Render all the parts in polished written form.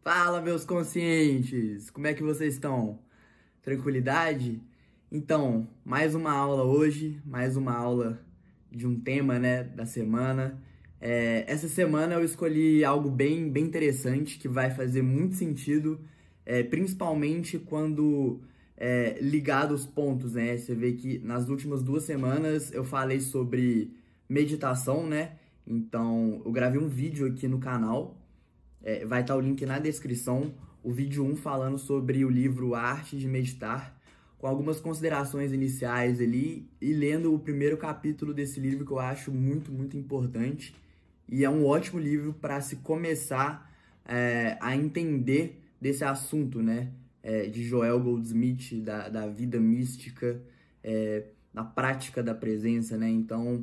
Fala, meus conscientes! Como é que vocês estão? Tranquilidade? Então, mais uma aula hoje, mais uma aula de um tema, né, da semana. Essa semana eu escolhi algo bem interessante que vai fazer muito sentido, principalmente quando ligado aos pontos, né? Você vê que nas últimas 2 semanas eu falei sobre meditação, né? Então, eu gravei um vídeo aqui no canal. Vai estar o link na descrição, o vídeo 1 falando sobre o livro A Arte de Meditar, com algumas considerações iniciais ali, e lendo o primeiro capítulo desse livro que eu acho muito importante, e é um ótimo livro para se começar a entender desse assunto, né, de Joel Goldsmith, da vida mística, da prática da presença, né, então...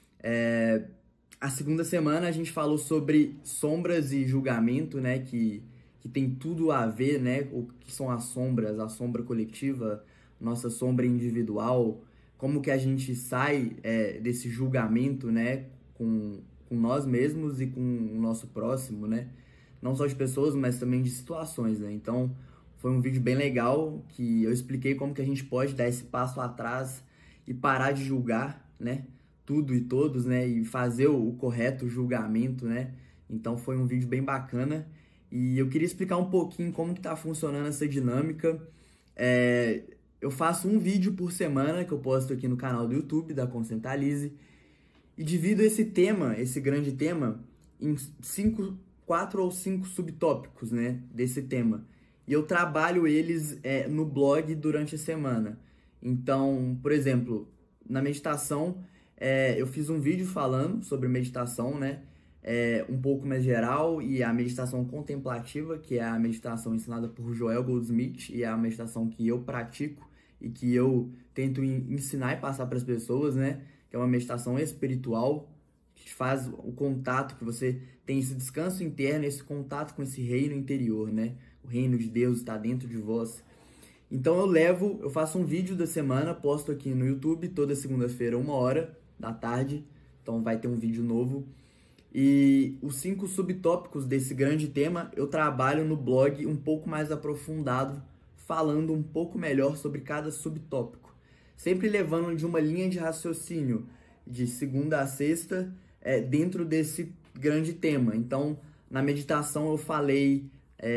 A segunda semana a gente falou sobre sombras e julgamento, né, que tem tudo a ver, né, o que são as sombras, a sombra coletiva, nossa sombra individual, como que a gente sai desse julgamento, né, com nós mesmos e com o nosso próximo, né, não só de pessoas, mas também de situações, né, então foi um vídeo bem legal que eu expliquei como que a gente pode dar esse passo atrás e parar de julgar, né, tudo e todos, né, e fazer o correto julgamento, né, então foi um vídeo bem bacana, e eu queria explicar um pouquinho como que tá funcionando essa dinâmica. Eu faço um vídeo por semana, que eu posto aqui no canal do YouTube, da Concentralize, e divido esse tema, esse grande tema, em 4 ou 5 subtópicos, né, desse tema, e eu trabalho eles no blog durante a semana. Então, por exemplo, na meditação, eu fiz um vídeo falando sobre meditação, né? Um pouco mais geral, e a meditação contemplativa, que é a meditação ensinada por Joel Goldsmith, e é a meditação que eu pratico e que eu tento ensinar e passar para as pessoas, né? Que é uma meditação espiritual, que faz o contato, que você tem esse descanso interno, esse contato com esse reino interior, né? O reino de Deus está dentro de vós. Então eu faço um vídeo da semana, posto aqui no YouTube toda segunda-feira, 13h, então vai ter um vídeo novo. E os 5 subtópicos desse grande tema eu trabalho no blog um pouco mais aprofundado, falando um pouco melhor sobre cada subtópico, sempre levando de uma linha de raciocínio de segunda a sexta dentro desse grande tema. Então, na meditação eu falei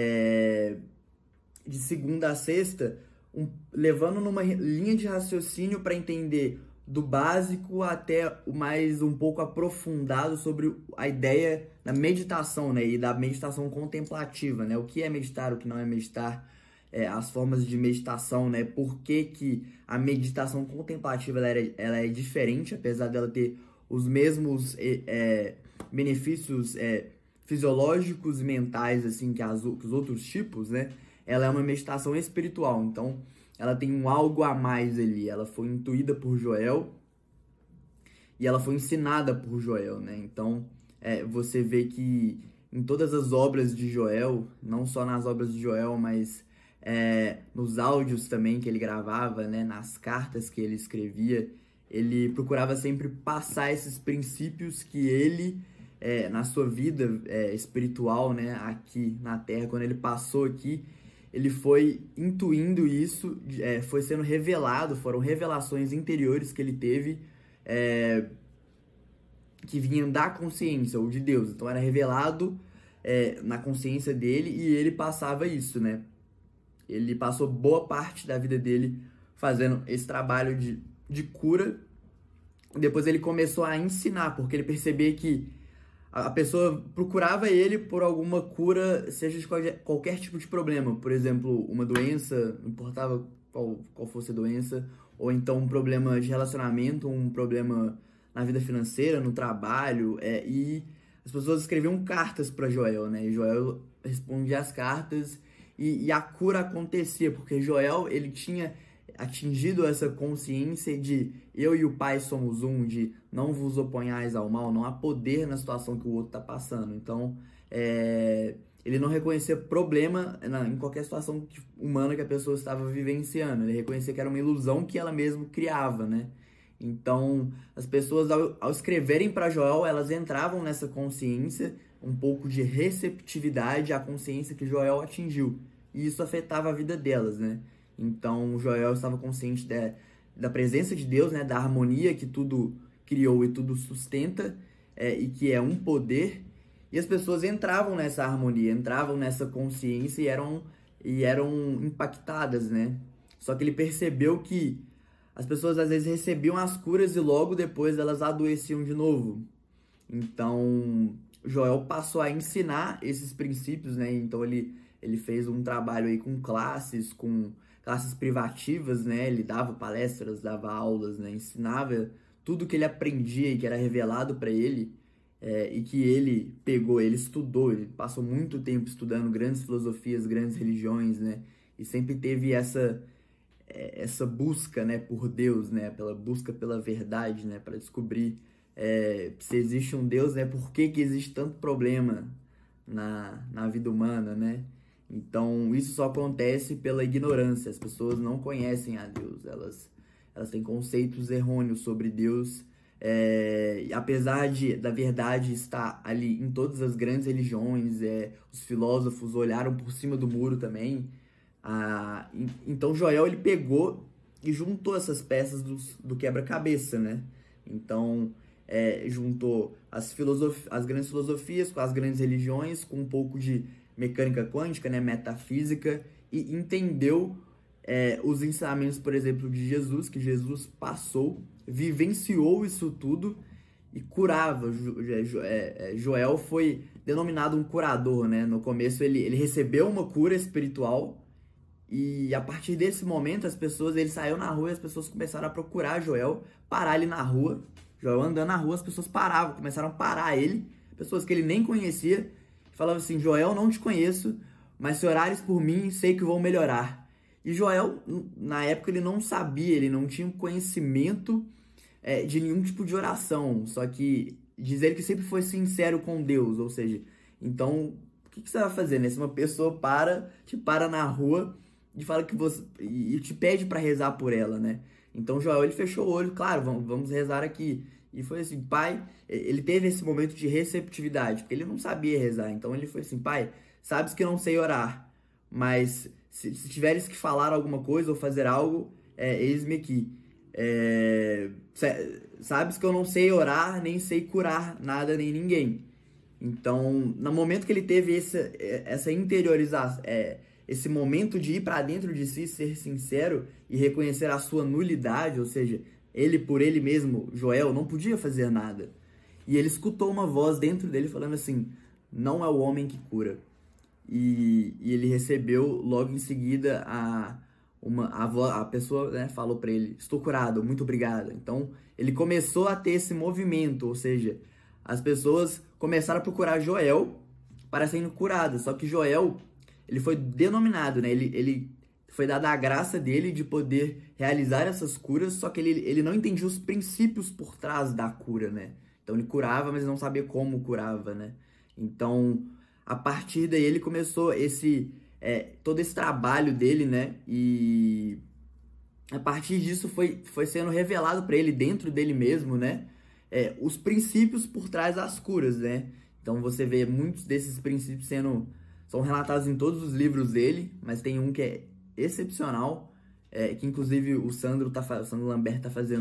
de segunda a sexta, levando numa linha de raciocínio para entender do básico até o mais um pouco aprofundado sobre a ideia da meditação, né, e da meditação contemplativa, né, o que é meditar, o que não é meditar, as formas de meditação, né, por que a meditação contemplativa ela é diferente, apesar dela ter os mesmos benefícios fisiológicos e mentais assim que os outros tipos, né, ela é uma meditação espiritual, então ela tem um algo a mais ali, ela foi intuída por Joel e ela foi ensinada por Joel, né? Então, você vê que em todas as obras de Joel, não só nas obras de Joel, mas nos áudios também que ele gravava, né? Nas cartas que ele escrevia, ele procurava sempre passar esses princípios que ele, na sua vida espiritual, né? Aqui na Terra, quando ele passou aqui, ele foi intuindo isso, foi sendo revelado, foram revelações interiores que ele teve, que vinham da consciência, ou de Deus. Então era revelado na consciência dele, e ele passava isso, né? Ele passou boa parte da vida dele fazendo esse trabalho de cura. Depois ele começou a ensinar, porque ele percebia que a pessoa procurava ele por alguma cura, seja de qualquer tipo de problema. Por exemplo, uma doença, não importava qual fosse a doença, ou então um problema de relacionamento, um problema na vida financeira, no trabalho, e as pessoas escreviam cartas para Joel, né? E Joel respondia as cartas e a cura acontecia, porque Joel, ele tinha atingido essa consciência de eu e o Pai somos um, de não vos oponhais ao mal, não há poder na situação que o outro está passando. Então, ele não reconhecia problema em qualquer situação humana que a pessoa estava vivenciando, ele reconhecia que era uma ilusão que ela mesma criava, né? Então, as pessoas, ao escreverem para Joel, elas entravam nessa consciência, um pouco de receptividade à consciência que Joel atingiu. E isso afetava a vida delas, né? Então, Joel estava consciente da presença de Deus, né? Da harmonia que tudo criou e tudo sustenta, e que é um poder. E as pessoas entravam nessa harmonia, entravam nessa consciência e eram impactadas, né? Só que ele percebeu que as pessoas às vezes recebiam as curas e logo depois elas adoeciam de novo. Então, Joel passou a ensinar esses princípios, né? Então, ele fez um trabalho aí com classes privativas, né? Ele dava palestras, dava aulas, né? Ensinava tudo que ele aprendia e que era revelado para ele, e que ele pegou, ele estudou, ele passou muito tempo estudando grandes filosofias, grandes religiões, né? E sempre teve essa busca, né, por Deus, né, pela busca pela verdade, né, para descobrir se existe um Deus, né, por que existe tanto problema na vida humana, né? Então, isso só acontece pela ignorância. As pessoas não conhecem a Deus, elas têm conceitos errôneos sobre Deus, e apesar da verdade estar ali em todas as grandes religiões, os filósofos olharam por cima do muro também. Então Joel, ele pegou e juntou essas peças do quebra-cabeça, né? Então, juntou as grandes filosofias com as grandes religiões, com um pouco de mecânica quântica, né? Metafísica, e entendeu os ensinamentos, por exemplo, de Jesus, que Jesus passou, vivenciou isso tudo e curava. Joel foi denominado um curador, né? No começo ele recebeu uma cura espiritual. E a partir desse momento, ele saiu na rua e as pessoas começaram a procurar Joel, parar ele na rua. Joel andando na rua, as pessoas paravam, começaram a parar ele, pessoas que ele nem conhecia, falavam assim: Joel, não te conheço, mas se orares por mim, sei que vou melhorar. E Joel, na época, ele não sabia, ele não tinha conhecimento de nenhum tipo de oração, só que diz ele que sempre foi sincero com Deus, ou seja, então, o que você vai fazer, né? Se uma pessoa te para na rua e fala que e te pede para rezar por ela, né? Então Joel, ele fechou o olho, claro, vamos rezar aqui. E foi assim, pai, ele teve esse momento de receptividade, porque ele não sabia rezar. Então ele foi assim: pai, sabes que eu não sei orar, mas se tiveres que falar alguma coisa ou fazer algo, eis-me aqui. Sabes que eu não sei orar, nem sei curar nada nem ninguém. Então, no momento que ele teve essa interiorização, esse momento de ir para dentro de si, ser sincero e reconhecer a sua nulidade, ou seja, ele por ele mesmo, Joel, não podia fazer nada. E ele escutou uma voz dentro dele falando assim: não é o homem que cura. E ele recebeu logo em seguida a pessoa, né, falou para ele: estou curado, muito obrigado. Então ele começou a ter esse movimento, ou seja, as pessoas começaram a procurar Joel para serem curadas. Só que Joel, ele foi denominado, né? Ele foi dada a graça dele de poder realizar essas curas, só que ele não entendia os princípios por trás da cura, né? Então ele curava, mas não sabia como curava, né? Então, a partir daí ele começou todo esse trabalho dele, né? E a partir disso foi sendo revelado para ele, dentro dele mesmo, né? Os princípios por trás das curas, né? Então você vê muitos desses princípios são relatados em todos os livros dele, mas tem um que é excepcional, que inclusive o Sandro Lambert tá fazendo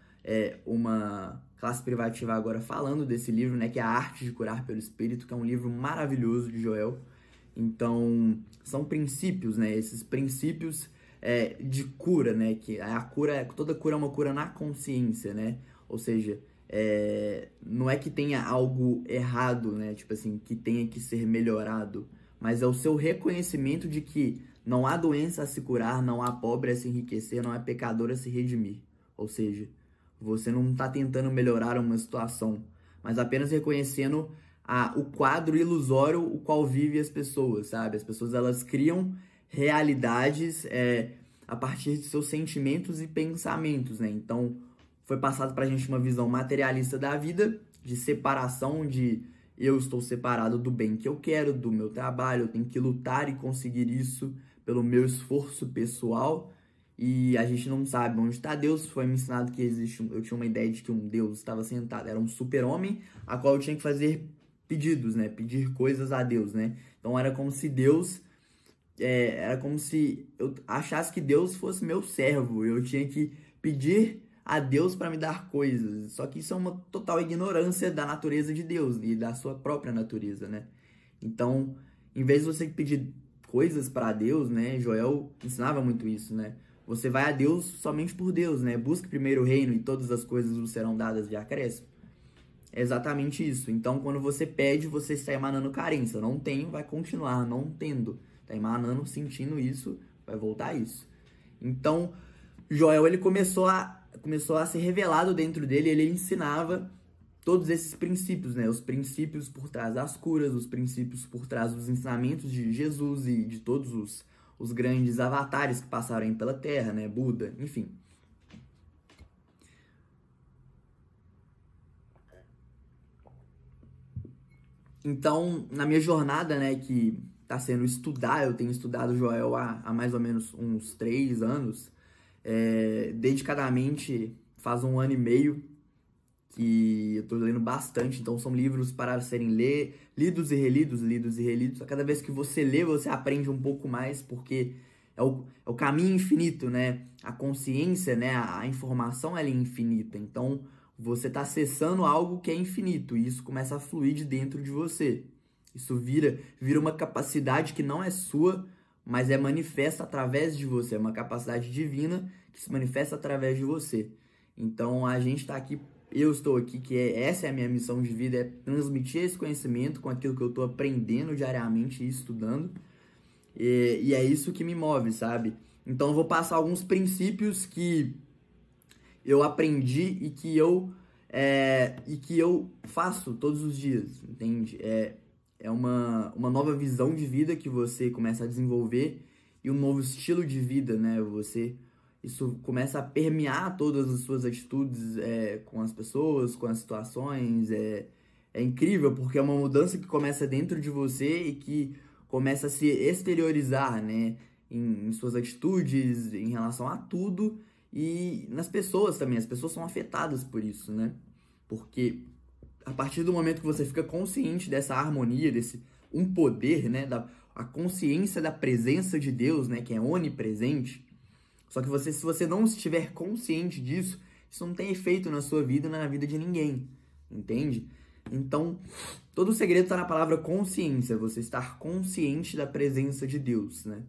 uma classe privativa agora falando desse livro, né? Que é A Arte de Curar pelo Espírito, que é um livro maravilhoso de Joel. Então, são princípios, né? Esses princípios de cura, né? Que toda cura é uma cura na consciência, né? Ou seja, não é que tenha algo errado, né? Tipo assim, que tenha que ser melhorado, mas é o seu reconhecimento de que não há doença a se curar, não há pobre a se enriquecer, não há pecador a se redimir. Ou seja, você não está tentando melhorar uma situação, mas apenas reconhecendo o quadro ilusório o qual vive as pessoas, sabe? As pessoas, elas criam realidades a partir de seus sentimentos e pensamentos, né? Então, foi passado pra gente uma visão materialista da vida, de separação, de eu estou separado do bem que eu quero, do meu trabalho, eu tenho que lutar e conseguir isso pelo meu esforço pessoal. e a gente não sabe onde está Deus. Foi me ensinado que eu tinha uma ideia de que um Deus estava sentado, era um super-homem, a qual eu tinha que fazer pedidos, né? Pedir coisas a Deus, né? Então era como se Deus... era como se eu achasse que Deus fosse meu servo. Eu tinha que pedir a Deus para me dar coisas. Só que isso é uma total ignorância da natureza de Deus e da sua própria natureza, né? Então, em vez de você pedir coisas para Deus, né? Joel ensinava muito isso, né? Você vai a Deus somente por Deus, né? Busque primeiro o reino e todas as coisas vos serão dadas de acréscimo. É exatamente isso. Então, quando você pede, você está emanando carência. Não tenho, vai continuar não tendo. Está emanando, sentindo isso, vai voltar a isso. Então, Joel, ele começou a ser revelado dentro dele, ele ensinava todos esses princípios, né? Os princípios por trás das curas, os princípios por trás dos ensinamentos de Jesus e de todos os grandes avatares que passaram aí pela Terra, né? Buda, enfim. Então, na minha jornada, né, que está sendo estudar, eu tenho estudado Joel há mais ou menos uns 3 anos, dedicadamente faz 1 ano e meio que eu estou lendo bastante, então são livros para serem lidos e relidos, lidos e relidos. A cada vez que você lê, você aprende um pouco mais, porque é o caminho infinito, né? A consciência, né? A informação, ela é infinita, então você está acessando algo que é infinito, e isso começa a fluir de dentro de você. Isso vira uma capacidade que não é sua, mas é manifesta através de você. É uma capacidade divina que se manifesta através de você. Então, a gente está aqui, eu estou aqui, essa é a minha missão de vida, é transmitir esse conhecimento com aquilo que eu estou aprendendo diariamente e estudando. E é isso que me move, sabe? Então, eu vou passar alguns princípios que eu aprendi e que eu faço todos os dias, entende? É uma nova visão de vida que você começa a desenvolver e um novo estilo de vida, né? Isso começa a permear todas as suas atitudes com as pessoas, com as situações. É incrível, porque é uma mudança que começa dentro de você e que começa a se exteriorizar, né? Em suas atitudes, em relação a tudo. E nas pessoas também, as pessoas são afetadas por isso, né? Porque a partir do momento que você fica consciente dessa harmonia, desse poder, né? A consciência da presença de Deus, né? Que é onipresente. Só que se você não estiver consciente disso, isso não tem efeito na sua vida, na vida de ninguém, entende? Então, todo o segredo está na palavra consciência, você estar consciente da presença de Deus, né?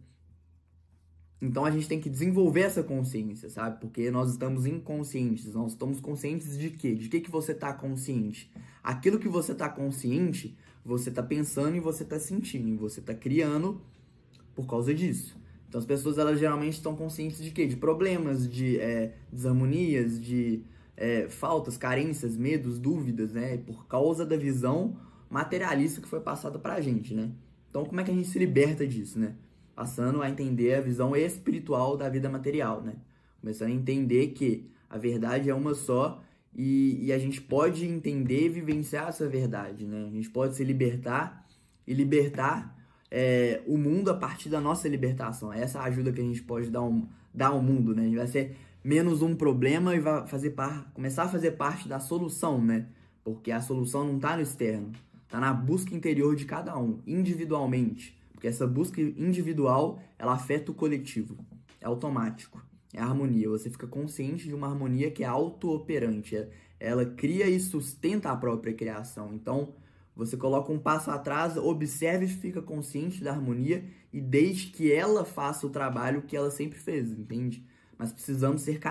Então a gente tem que desenvolver essa consciência, sabe? Porque nós estamos inconscientes. Nós estamos conscientes de quê? De que você está consciente? Aquilo que você está consciente, você está pensando e você está sentindo. E você está criando por causa disso. Então as pessoas, elas geralmente estão conscientes de quê? De problemas, de desarmonias, de faltas, carências, medos, dúvidas, né? Por causa da visão materialista que foi passada pra gente, né? Então como é que a gente se liberta disso, né? Passando a entender a visão espiritual da vida material, né? Começando a entender que a verdade é uma só e a gente pode entender e vivenciar essa verdade, né? A gente pode se libertar e libertar o mundo a partir da nossa libertação. Essa é a ajuda que a gente pode dar ao mundo, né? A gente vai ser menos um problema e vai começar a fazer parte da solução, né? Porque a solução não está no externo, está na busca interior de cada um, individualmente. Porque essa busca individual, ela afeta o coletivo. É automático. É a harmonia. Você fica consciente de uma harmonia que é auto-operante. Ela cria e sustenta a própria criação. Então, você coloca um passo atrás, observa e fica consciente da harmonia e deixe que ela faça o trabalho que ela sempre fez, entende? Mas precisamos ser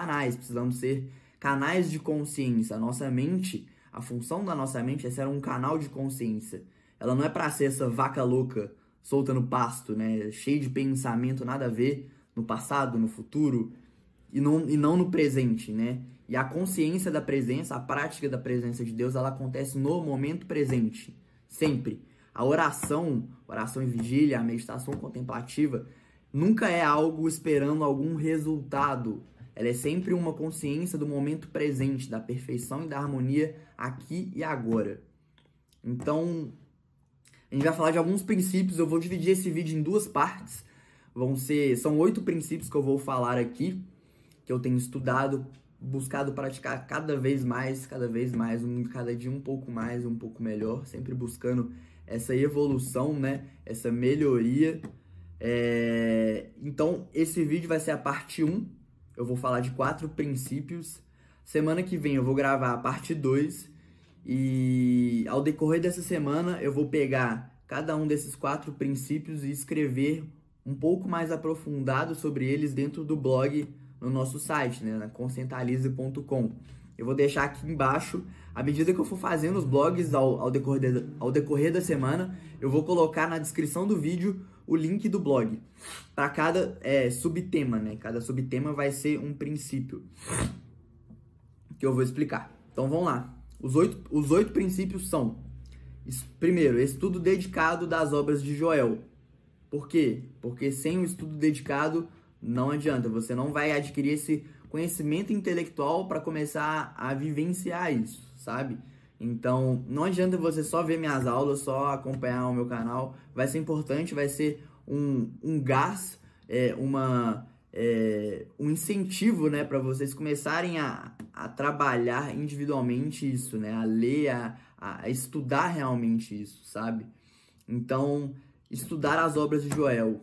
canais de consciência. A nossa mente, a função da nossa mente é ser um canal de consciência. Ela não é para ser essa vaca louca solta no pasto, né? Cheio de pensamento, nada a ver no passado, no futuro e não no presente, né? E a consciência da presença, a prática da presença de Deus, ela acontece no momento presente, sempre. A oração e vigília, a meditação contemplativa, nunca é algo esperando algum resultado. Ela é sempre uma consciência do momento presente, da perfeição e da harmonia aqui e agora. Então, a gente vai falar de alguns princípios, eu vou dividir esse vídeo em 2 partes. São 8 princípios que eu vou falar aqui, que eu tenho estudado, buscado praticar cada vez mais, cada dia um pouco mais, um pouco melhor, sempre buscando essa evolução, né? Essa melhoria. Então, esse vídeo vai ser a parte 1. Eu vou falar de 4 princípios. Semana que vem eu vou gravar a parte 2. E ao decorrer dessa semana eu vou pegar cada um desses 4 princípios e escrever um pouco mais aprofundado sobre eles dentro do blog no nosso site, né, na conscientalize.com. Eu vou deixar aqui embaixo, à medida que eu for fazendo os blogs ao decorrer da semana, eu vou colocar na descrição do vídeo o link do blog para cada subtema, né? Cada subtema vai ser um princípio que eu vou explicar. Então vamos lá. Os 8 princípios são: primeiro, estudo dedicado das obras de Joel. Por quê? Porque sem um estudo dedicado não adianta, você não vai adquirir esse conhecimento intelectual para começar a vivenciar isso, sabe? Então, não adianta você só ver minhas aulas, só acompanhar o meu canal. Vai ser importante, vai ser um gás, um incentivo, né, para vocês começarem a trabalhar individualmente isso, né? A ler, a estudar realmente isso, sabe? Então, estudar as obras de Joel.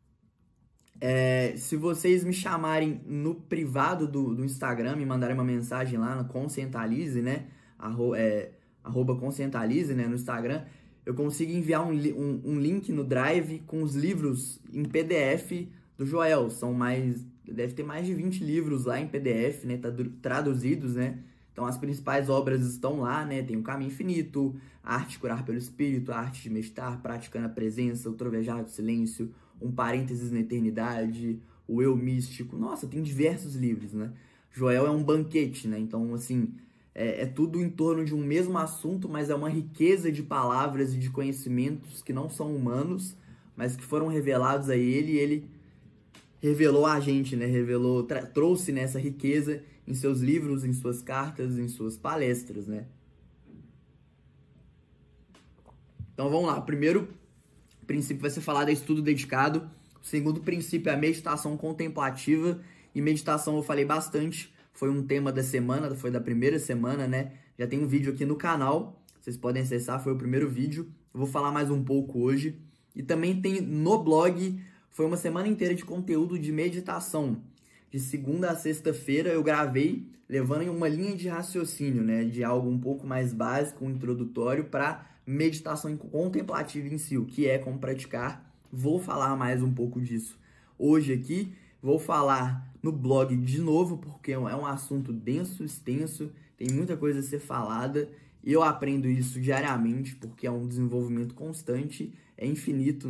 Se vocês me chamarem no privado do Instagram, me mandarem uma mensagem lá no Conscientalize, né? @ Conscientalize, né? No Instagram, eu consigo enviar um link no Drive com os livros em PDF do Joel. Deve ter mais de 20 livros lá em PDF, né? Traduzidos, né? Então as principais obras estão lá, né? Tem o Caminho Infinito, a Arte de Curar pelo Espírito, a Arte de Meditar, Praticando a Presença, o Trovejar do Silêncio, Um Parênteses na Eternidade, o Eu Místico. Nossa, tem diversos livros, né? Joel é um banquete, né? Então, assim, é tudo em torno de um mesmo assunto, mas é uma riqueza de palavras e de conhecimentos que não são humanos, mas que foram revelados a ele, e ele revelou a gente, né? Trouxe nessa riqueza em seus livros, em suas cartas, em suas palestras, né? Então, vamos lá. O primeiro princípio vai ser falado estudo dedicado. O segundo princípio é a meditação contemplativa. E meditação eu falei bastante, foi um tema da semana, foi da primeira semana, né? Já tem um vídeo aqui no canal, vocês podem acessar, foi o primeiro vídeo. Eu vou falar mais um pouco hoje. E também tem no blog, foi uma semana inteira de conteúdo de meditação. De segunda a sexta-feira eu gravei, levando em uma linha de raciocínio, né? De algo um pouco mais básico, introdutório, para meditação contemplativa em si, o que é, como praticar. Vou falar mais um pouco disso hoje aqui. Vou falar no blog de novo, porque é um assunto denso, extenso, tem muita coisa a ser falada. E eu aprendo isso diariamente, porque é um desenvolvimento constante, é infinito,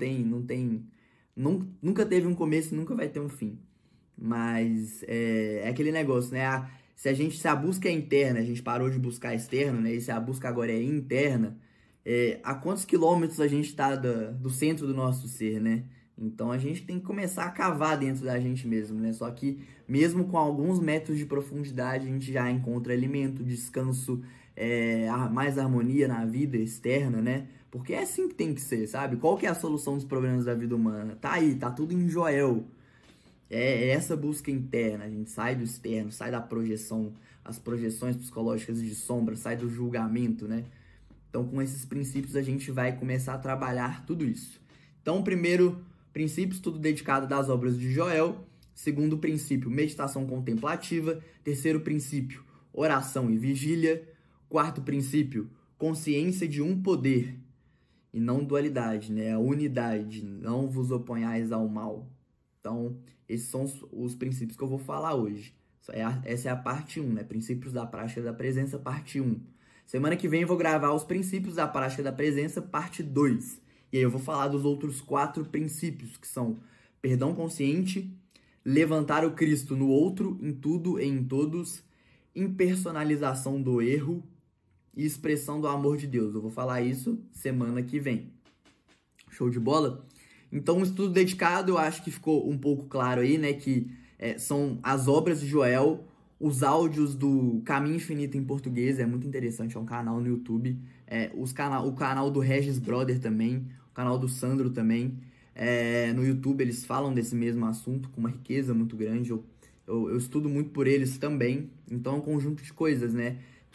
nunca teve um começo e nunca vai ter um fim. Mas é aquele negócio, né? Se a busca é interna, a gente parou de buscar externo, né? E se a busca agora é interna, a quantos quilômetros a gente está do centro do nosso ser, né? Então a gente tem que começar a cavar dentro da gente mesmo, né? Só que mesmo com alguns metros de profundidade, a gente já encontra alimento, descanso, mais harmonia na vida externa, né? Porque é assim que tem que ser, sabe? Qual que é a solução dos problemas da vida humana? Tá aí, tá tudo em Joel. É essa busca interna, a gente sai do externo, sai da projeção, as projeções psicológicas de sombra, sai do julgamento, né? Então, com esses princípios, a gente vai começar a trabalhar tudo isso. Então, primeiro princípio, estudo dedicado das obras de Joel. Segundo princípio, meditação contemplativa. Terceiro princípio, oração e vigília. Quarto princípio, consciência de um poder e não dualidade, né? A unidade, não vos oponhais ao mal. Então, esses são os princípios que eu vou falar hoje. Essa é a parte 1, né? Princípios da prática da presença, parte 1. Semana que vem eu vou gravar os princípios da prática da presença, parte 2. E aí eu vou falar dos outros 4 princípios, que são perdão consciente, levantar o Cristo no outro, em tudo e em todos, impersonalização do erro e expressão do amor de Deus. Eu vou falar isso semana que vem. Show de bola? Então, um estudo dedicado, eu acho que ficou um pouco claro aí, né? Que são as obras de Joel, os áudios do Caminho Infinito em português, é muito interessante, é um canal no YouTube. O canal do Regis Brother também, o canal do Sandro também. No YouTube eles falam desse mesmo assunto com uma riqueza muito grande. Eu estudo muito por eles também. Então é um conjunto de coisas, né?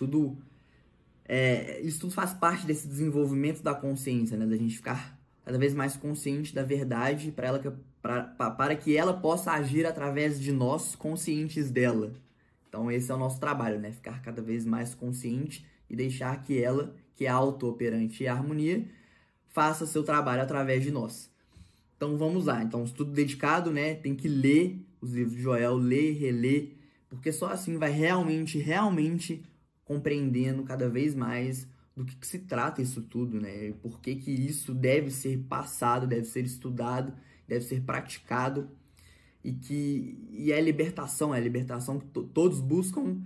Isso tudo faz parte desse desenvolvimento da consciência, né? Da gente ficar cada vez mais consciente da verdade para que ela possa agir através de nós, conscientes dela. Então esse é o nosso trabalho, né? Ficar cada vez mais consciente e deixar que ela, que é auto-operante e a harmonia, faça seu trabalho através de nós. Então vamos lá. Então estudo dedicado, né? Tem que ler os livros de Joel, ler, reler, porque só assim vai realmente compreendendo cada vez mais do que se trata isso tudo, né? Por que isso deve ser passado, deve ser estudado, deve ser praticado e é a libertação que todos buscam,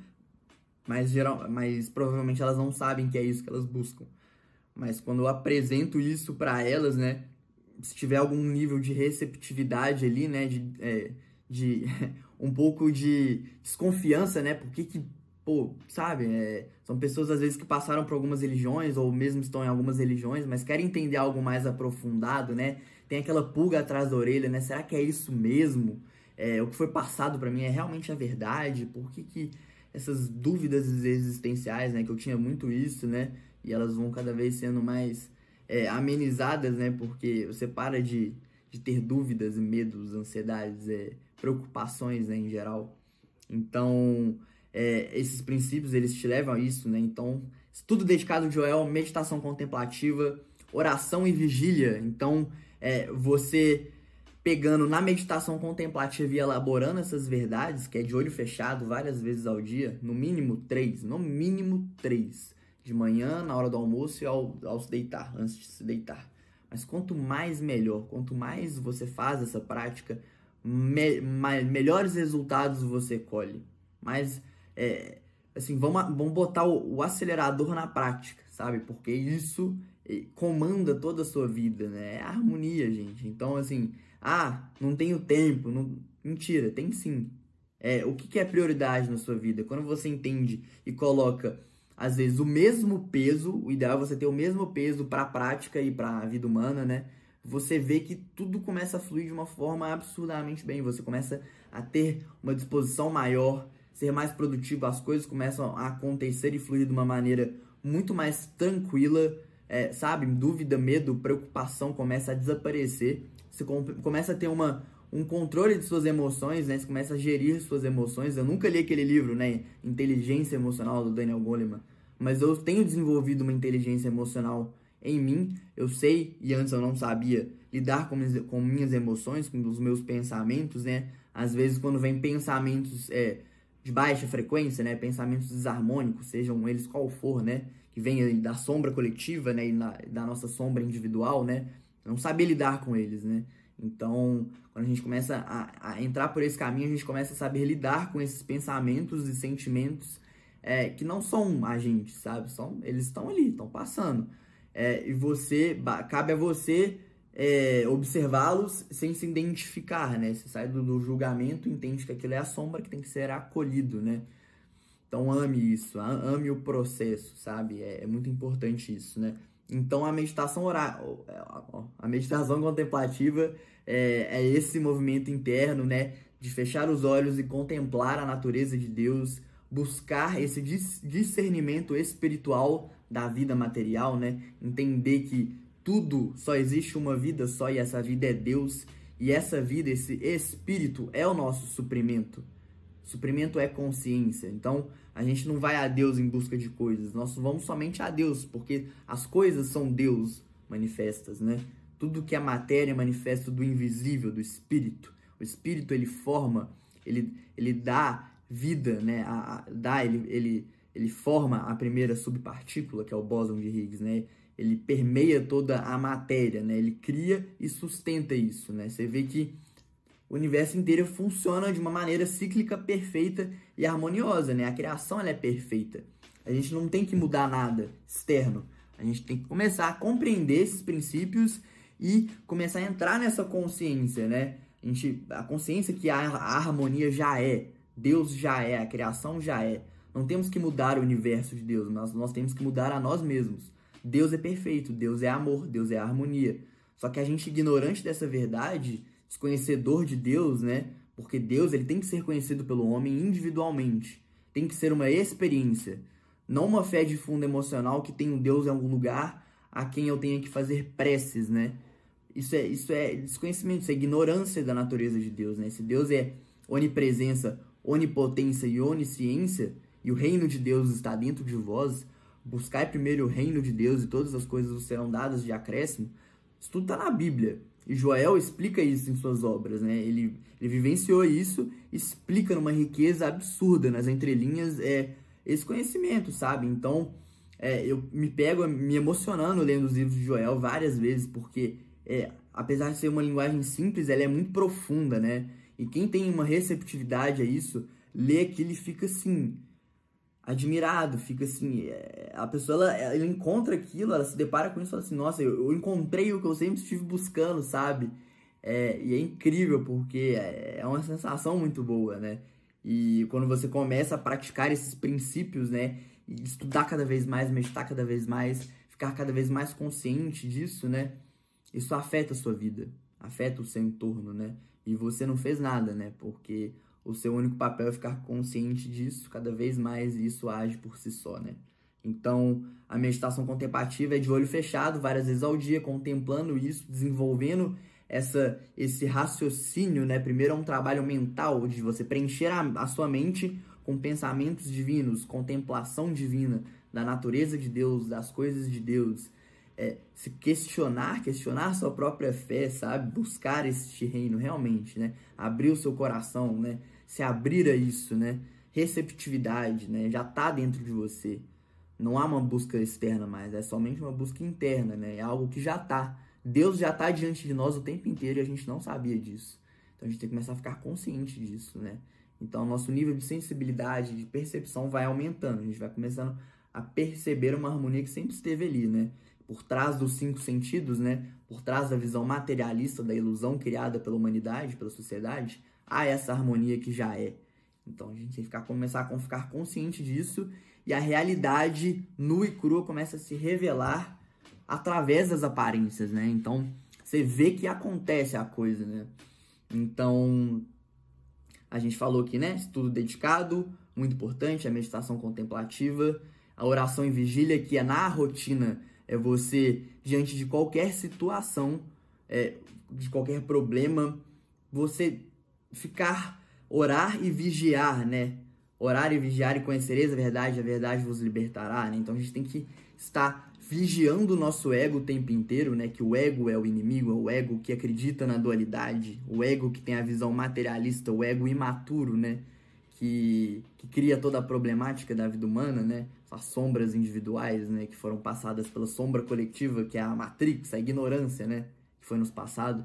mas provavelmente elas não sabem que é isso que elas buscam. Mas quando eu apresento isso para elas, né? Se tiver algum nível de receptividade ali, né? De um pouco de desconfiança, né? Sabe? São pessoas, às vezes, que passaram por algumas religiões ou mesmo estão em algumas religiões, mas querem entender algo mais aprofundado, né? Tem aquela pulga atrás da orelha, né? Será que é isso mesmo? O que foi passado para mim é realmente a verdade? Por que essas dúvidas existenciais, né? Que eu tinha muito isso, né? E elas vão cada vez sendo mais amenizadas, né? Porque você para de ter dúvidas, medos, ansiedades, preocupações, né? Em geral. Então, esses princípios, eles te levam a isso, né? Então, estudo dedicado de Joel, meditação contemplativa, oração e vigília. Então, você pegando na meditação contemplativa e elaborando essas verdades, que é de olho fechado várias vezes ao dia, no mínimo 3, de manhã, na hora do almoço e ao se deitar, antes de se deitar. Mas quanto mais melhor, quanto mais você faz essa prática, melhores resultados você colhe. Mas, assim, vamos botar o acelerador na prática, sabe? Porque isso comanda toda a sua vida, né? É harmonia, gente. Então, assim, não tenho tempo. Mentira, tem sim. O que é prioridade na sua vida? Quando você entende e coloca, às vezes, o mesmo peso, o ideal é você ter o mesmo peso para a prática e para a vida humana, né? Você vê que tudo começa a fluir de uma forma absurdamente bem. Você começa a ter uma disposição maior, ser mais produtivo, as coisas começam a acontecer e fluir de uma maneira muito mais tranquila, sabe? Dúvida, medo, preocupação começa a desaparecer. Você começa a ter um controle de suas emoções, né? Você começa a gerir suas emoções. Eu nunca li aquele livro, né? Inteligência Emocional, do Daniel Goleman. Mas eu tenho desenvolvido uma inteligência emocional em mim. Eu sei, e antes eu não sabia, lidar com minhas emoções, com os meus pensamentos, né? Às vezes, quando vem pensamentos de baixa frequência, né? Pensamentos desarmônicos, sejam eles qual for, né? Que vem da sombra coletiva, né? E da nossa sombra individual, né? Não saber lidar com eles, né? Então, quando a gente começa a entrar por esse caminho, a gente começa a saber lidar com esses pensamentos e sentimentos que não são a gente, sabe? Eles estão ali, estão passando. E cabe a você observá-los sem se identificar, né? Você sai do julgamento, entende que aquilo é a sombra que tem que ser acolhido, né? Então ame isso, ame o processo, sabe? É muito importante isso, né? Então a meditação a meditação contemplativa é esse movimento interno, né? De fechar os olhos e contemplar a natureza de Deus, buscar esse discernimento espiritual da vida material, né? Entender que tudo, só existe uma vida só e essa vida é Deus. E essa vida, esse espírito é o nosso suprimento. Suprimento é consciência. Então, a gente não vai a Deus em busca de coisas. Nós vamos somente a Deus, porque as coisas são Deus manifestas, né? Tudo que é matéria é manifesto do invisível, do espírito. O espírito, ele forma, ele dá vida, né? Ele forma a primeira subpartícula, que é o bóson de Higgs, né? Ele permeia toda a matéria, né? Ele cria e sustenta isso, né? Você vê que o universo inteiro funciona de uma maneira cíclica, perfeita e harmoniosa, né? A criação, ela é perfeita. A gente não tem que mudar nada externo. A gente tem que começar a compreender esses princípios e começar a entrar nessa consciência, né? A consciência que a harmonia já é, Deus já é, a criação já é. Não temos que mudar o universo de Deus, nós temos que mudar a nós mesmos. Deus é perfeito, Deus é amor, Deus é harmonia. Só que a gente, ignorante dessa verdade, desconhecedor de Deus, né? Porque Deus, ele tem que ser conhecido pelo homem individualmente. Tem que ser uma experiência. Não uma fé de fundo emocional que tem um Deus em algum lugar a quem eu tenha que fazer preces, né? Isso é desconhecimento, isso é ignorância da natureza de Deus, né? Se Deus é onipresença, onipotência e onisciência, e o reino de Deus está dentro de vós, buscai primeiro o reino de Deus e todas as coisas vos serão dadas de acréscimo, isso tudo está na Bíblia. E Joel explica isso em suas obras, né? Ele vivenciou isso, explica numa riqueza absurda nas entrelinhas esse conhecimento, sabe? Então, eu me pego me emocionando lendo os livros de Joel várias vezes, porque apesar de ser uma linguagem simples, ela é muito profunda, né? E quem tem uma receptividade a isso, lê aquilo e fica assim, admirado, fica assim, a pessoa, ela encontra aquilo, ela se depara com isso e fala assim, nossa, eu encontrei o que eu sempre estive buscando, sabe? E é incrível, porque é uma sensação muito boa, né? E quando você começa a praticar esses princípios, né? E estudar cada vez mais, meditar cada vez mais, ficar cada vez mais consciente disso, né? Isso afeta a sua vida, afeta o seu entorno, né? E você não fez nada, né? Porque o seu único papel é ficar consciente disso cada vez mais e isso age por si só, né? Então, a meditação contemplativa é de olho fechado, várias vezes ao dia, contemplando isso, desenvolvendo esse raciocínio, né? Primeiro é um trabalho mental, de você preencher a sua mente com pensamentos divinos, contemplação divina da natureza de Deus, das coisas de Deus, se questionar sua própria fé, sabe? Buscar este reino realmente, né? Abrir o seu coração, né? Se abrir a isso, né? Receptividade, né? Já tá dentro de você. Não há uma busca externa mais, é somente uma busca interna, né? É algo que já tá. Deus já tá diante de nós o tempo inteiro e a gente não sabia disso. Então a gente tem que começar a ficar consciente disso, né? Então nosso nível de sensibilidade, de percepção vai aumentando. A gente vai começando a perceber uma harmonia que sempre esteve ali, né? Por trás dos 5 sentidos, né? Por trás da visão materialista da ilusão criada pela humanidade, pela sociedade, há essa harmonia que já é. Então a gente tem que começar a ficar consciente disso e a realidade nua e crua começa a se revelar através das aparências, né? Então você vê que acontece a coisa, né? Então a gente falou aqui, né? Estudo dedicado, muito importante, a meditação contemplativa, a oração em vigília, que é na rotina. É você, diante de qualquer situação, de qualquer problema, você orar e vigiar, né? Orar e vigiar e conhecereis a verdade vos libertará, né? Então a gente tem que estar vigiando o nosso ego o tempo inteiro, né? Que o ego é o inimigo, é o ego que acredita na dualidade, o ego que tem a visão materialista, o ego imaturo, né? Que cria toda a problemática da vida humana, né? As sombras individuais, né? Que foram passadas pela sombra coletiva, que é a Matrix, a ignorância, né? Que foi nos passado.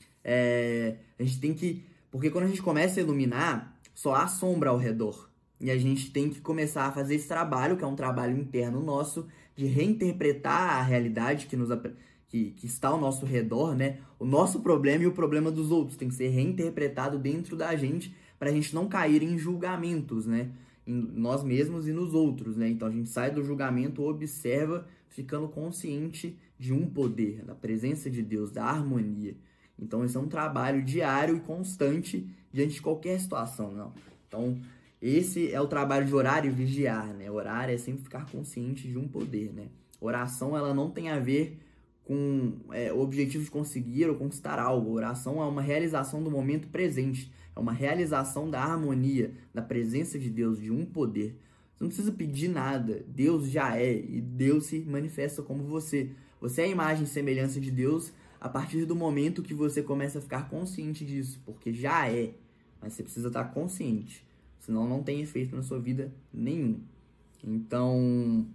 A gente tem que... Porque quando a gente começa a iluminar, só há sombra ao redor. E a gente tem que começar a fazer esse trabalho, que é um trabalho interno nosso, de reinterpretar a realidade que está ao nosso redor, né? O nosso problema e o problema dos outros tem que ser reinterpretado dentro da gente, para a gente não cair em julgamentos, né? Em nós mesmos e nos outros, né? Então a gente sai do julgamento, observa, ficando consciente de um poder, da presença de Deus, da harmonia. Então esse é um trabalho diário e constante diante de qualquer situação, não? Então esse é o trabalho de orar e vigiar, né? Orar é sempre ficar consciente de um poder, né? Oração, ela não tem a ver com o objetivo de conseguir ou conquistar algo. Oração é uma realização do momento presente. É uma realização da harmonia, da presença de Deus, de um poder. Você não precisa pedir nada. Deus já é e Deus se manifesta como você. Você é a imagem e semelhança de Deus a partir do momento que você começa a ficar consciente disso, porque já é. Mas você precisa estar consciente, senão não tem efeito na sua vida nenhum. Então,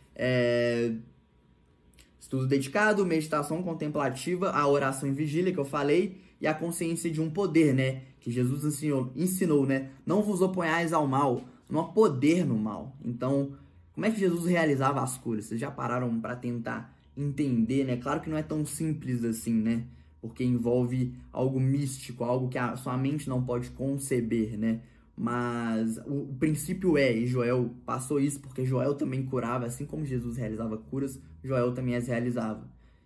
estudo dedicado, meditação contemplativa, a oração em vigília que eu falei e a consciência de um poder, né? Que Jesus ensinou, né? Não vos oponhais ao mal, não há poder no mal. Então, como é que Jesus realizava as curas? Vocês já pararam para tentar entender, né? Claro que não é tão simples assim, né? Porque envolve algo místico, algo que a sua mente não pode conceber, né? Mas o princípio e Joel passou isso porque Joel também curava, assim como Jesus realizava curas, Joel também as realizava.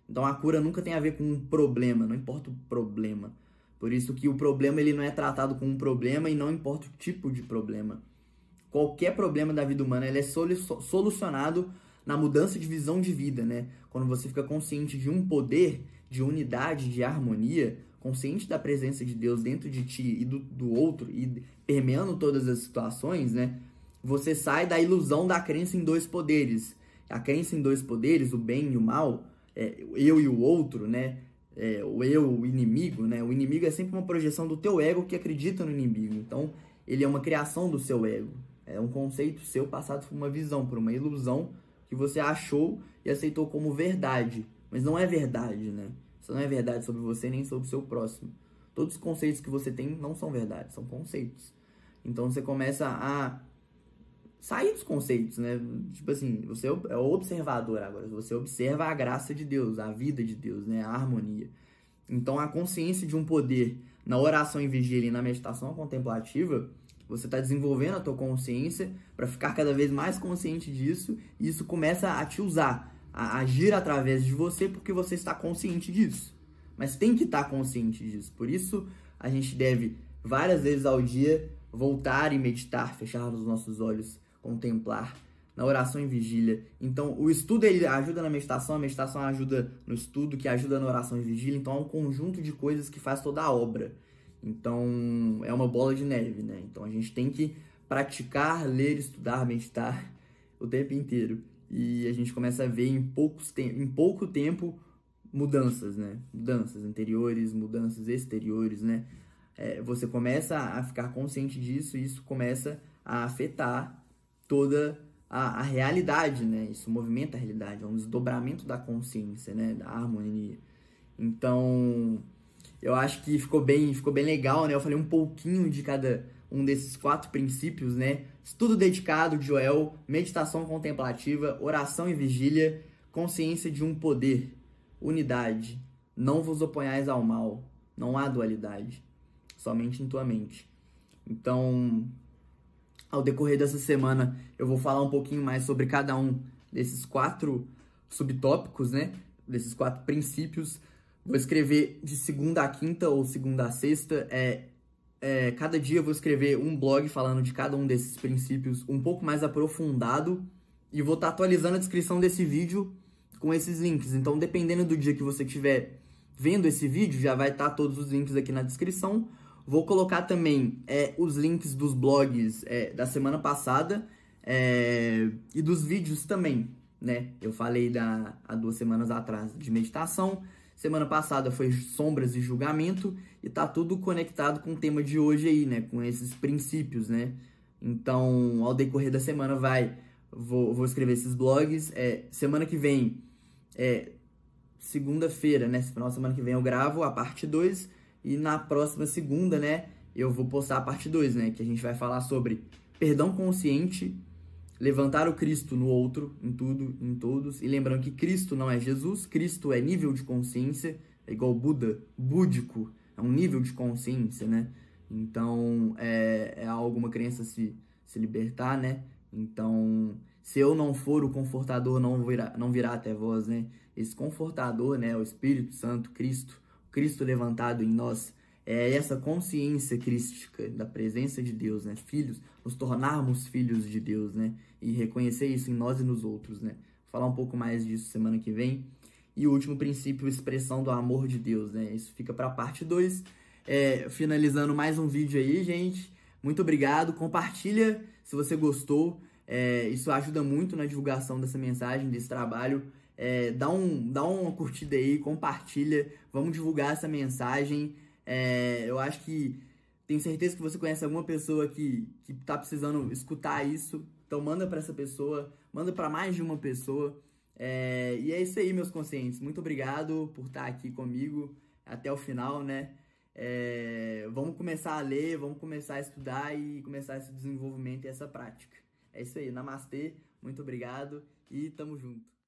Então a cura nunca tem a ver com um problema, não importa o problema. Por isso que o problema ele não é tratado como um problema e não importa o tipo de problema. Qualquer problema da vida humana ele é solucionado na mudança de visão de vida, né? Quando você fica consciente de um poder, de unidade, de harmonia, consciente da presença de Deus dentro de ti e do outro, e permeando todas as situações, né? Você sai da ilusão da crença em dois poderes. A crença em dois poderes, o bem e o mal, eu e o outro, né? O eu, o inimigo, né? O inimigo é sempre uma projeção do teu ego que acredita no inimigo. Então, ele é uma criação do seu ego. É um conceito seu passado por uma visão, por uma ilusão que você achou e aceitou como verdade. Mas não é verdade, né? Isso não é verdade sobre você nem sobre o seu próximo. Todos os conceitos que você tem não são verdade, são conceitos. Então você começa a sair dos conceitos, né? Tipo assim, você é o observador agora. Você observa a graça de Deus, a vida de Deus, né? A harmonia. Então a consciência de um poder na oração em vigília e na meditação contemplativa, você está desenvolvendo a tua consciência para ficar cada vez mais consciente disso, e isso começa a te usar, a agir através de você, porque você está consciente disso. Mas tem que estar consciente disso. Por isso, a gente deve, várias vezes ao dia, voltar e meditar, fechar os nossos olhos, contemplar, na oração em vigília. Então, o estudo ele ajuda na meditação, a meditação ajuda no estudo, que ajuda na oração em vigília. Então, é um conjunto de coisas que faz toda a obra. Então, é uma bola de neve, né? Então, a gente tem que praticar, ler, estudar, meditar o tempo inteiro. E a gente começa a ver em pouco tempo mudanças, né? Mudanças interiores, mudanças exteriores, né? Você começa a ficar consciente disso e isso começa a afetar toda a realidade, né? Isso movimenta a realidade, é um desdobramento da consciência, né? Da harmonia. Então, eu acho que ficou bem legal, né? Eu falei um pouquinho de cada um desses 4 princípios, né? Estudo dedicado de Joel, meditação contemplativa, oração e vigília, consciência de um poder, unidade, não vos oponhais ao mal, não há dualidade, somente em tua mente. Então, ao decorrer dessa semana, eu vou falar um pouquinho mais sobre cada um desses 4 subtópicos, né? Desses 4 princípios. Vou escrever de segunda a quinta ou segunda a sexta. Cada dia eu vou escrever um blog falando de cada um desses princípios um pouco mais aprofundado. E vou estar atualizando a descrição desse vídeo com esses links. Então, dependendo do dia que você estiver vendo esse vídeo, já vai estar todos os links aqui na descrição. Vou colocar também os links dos blogs da semana passada e dos vídeos também, né? Eu falei há 2 semanas atrás de meditação. Semana passada foi sombras e julgamento, e tá tudo conectado com o tema de hoje aí, né? Com esses princípios, né? Então, ao decorrer da semana vou escrever esses blogs. Semana que vem, segunda-feira, né? Final de semana que vem eu gravo a parte 2, e na próxima segunda, né? Eu vou postar a parte 2, né? Que a gente vai falar sobre perdão consciente, levantar o Cristo no outro, em tudo, em todos. E lembrando que Cristo não é Jesus, Cristo é nível de consciência, é igual Buda, búdico, é um nível de consciência, né? Então, é alguma crença se libertar, né? Então, se eu não for o confortador, não virá até vós, né? Esse confortador, né? O Espírito Santo, Cristo levantado em nós, é essa consciência crística da presença de Deus, né? Filhos, nos tornarmos filhos de Deus, né? E reconhecer isso em nós e nos outros, né? Vou falar um pouco mais disso semana que vem. E o último princípio, expressão do amor de Deus, né? Isso fica para a parte 2. Finalizando mais um vídeo aí, gente. Muito obrigado. Compartilha se você gostou. Isso ajuda muito na divulgação dessa mensagem, desse trabalho. Dá uma curtida aí, compartilha. Vamos divulgar essa mensagem. Eu acho que tenho certeza que você conhece alguma pessoa que tá precisando escutar isso. Então manda para essa pessoa, manda para mais de uma pessoa. E é isso aí, meus conscientes. Muito obrigado por estar aqui comigo até o final, né? Vamos começar a ler, vamos começar a estudar e começar esse desenvolvimento e essa prática. É isso aí, namastê, muito obrigado e tamo junto.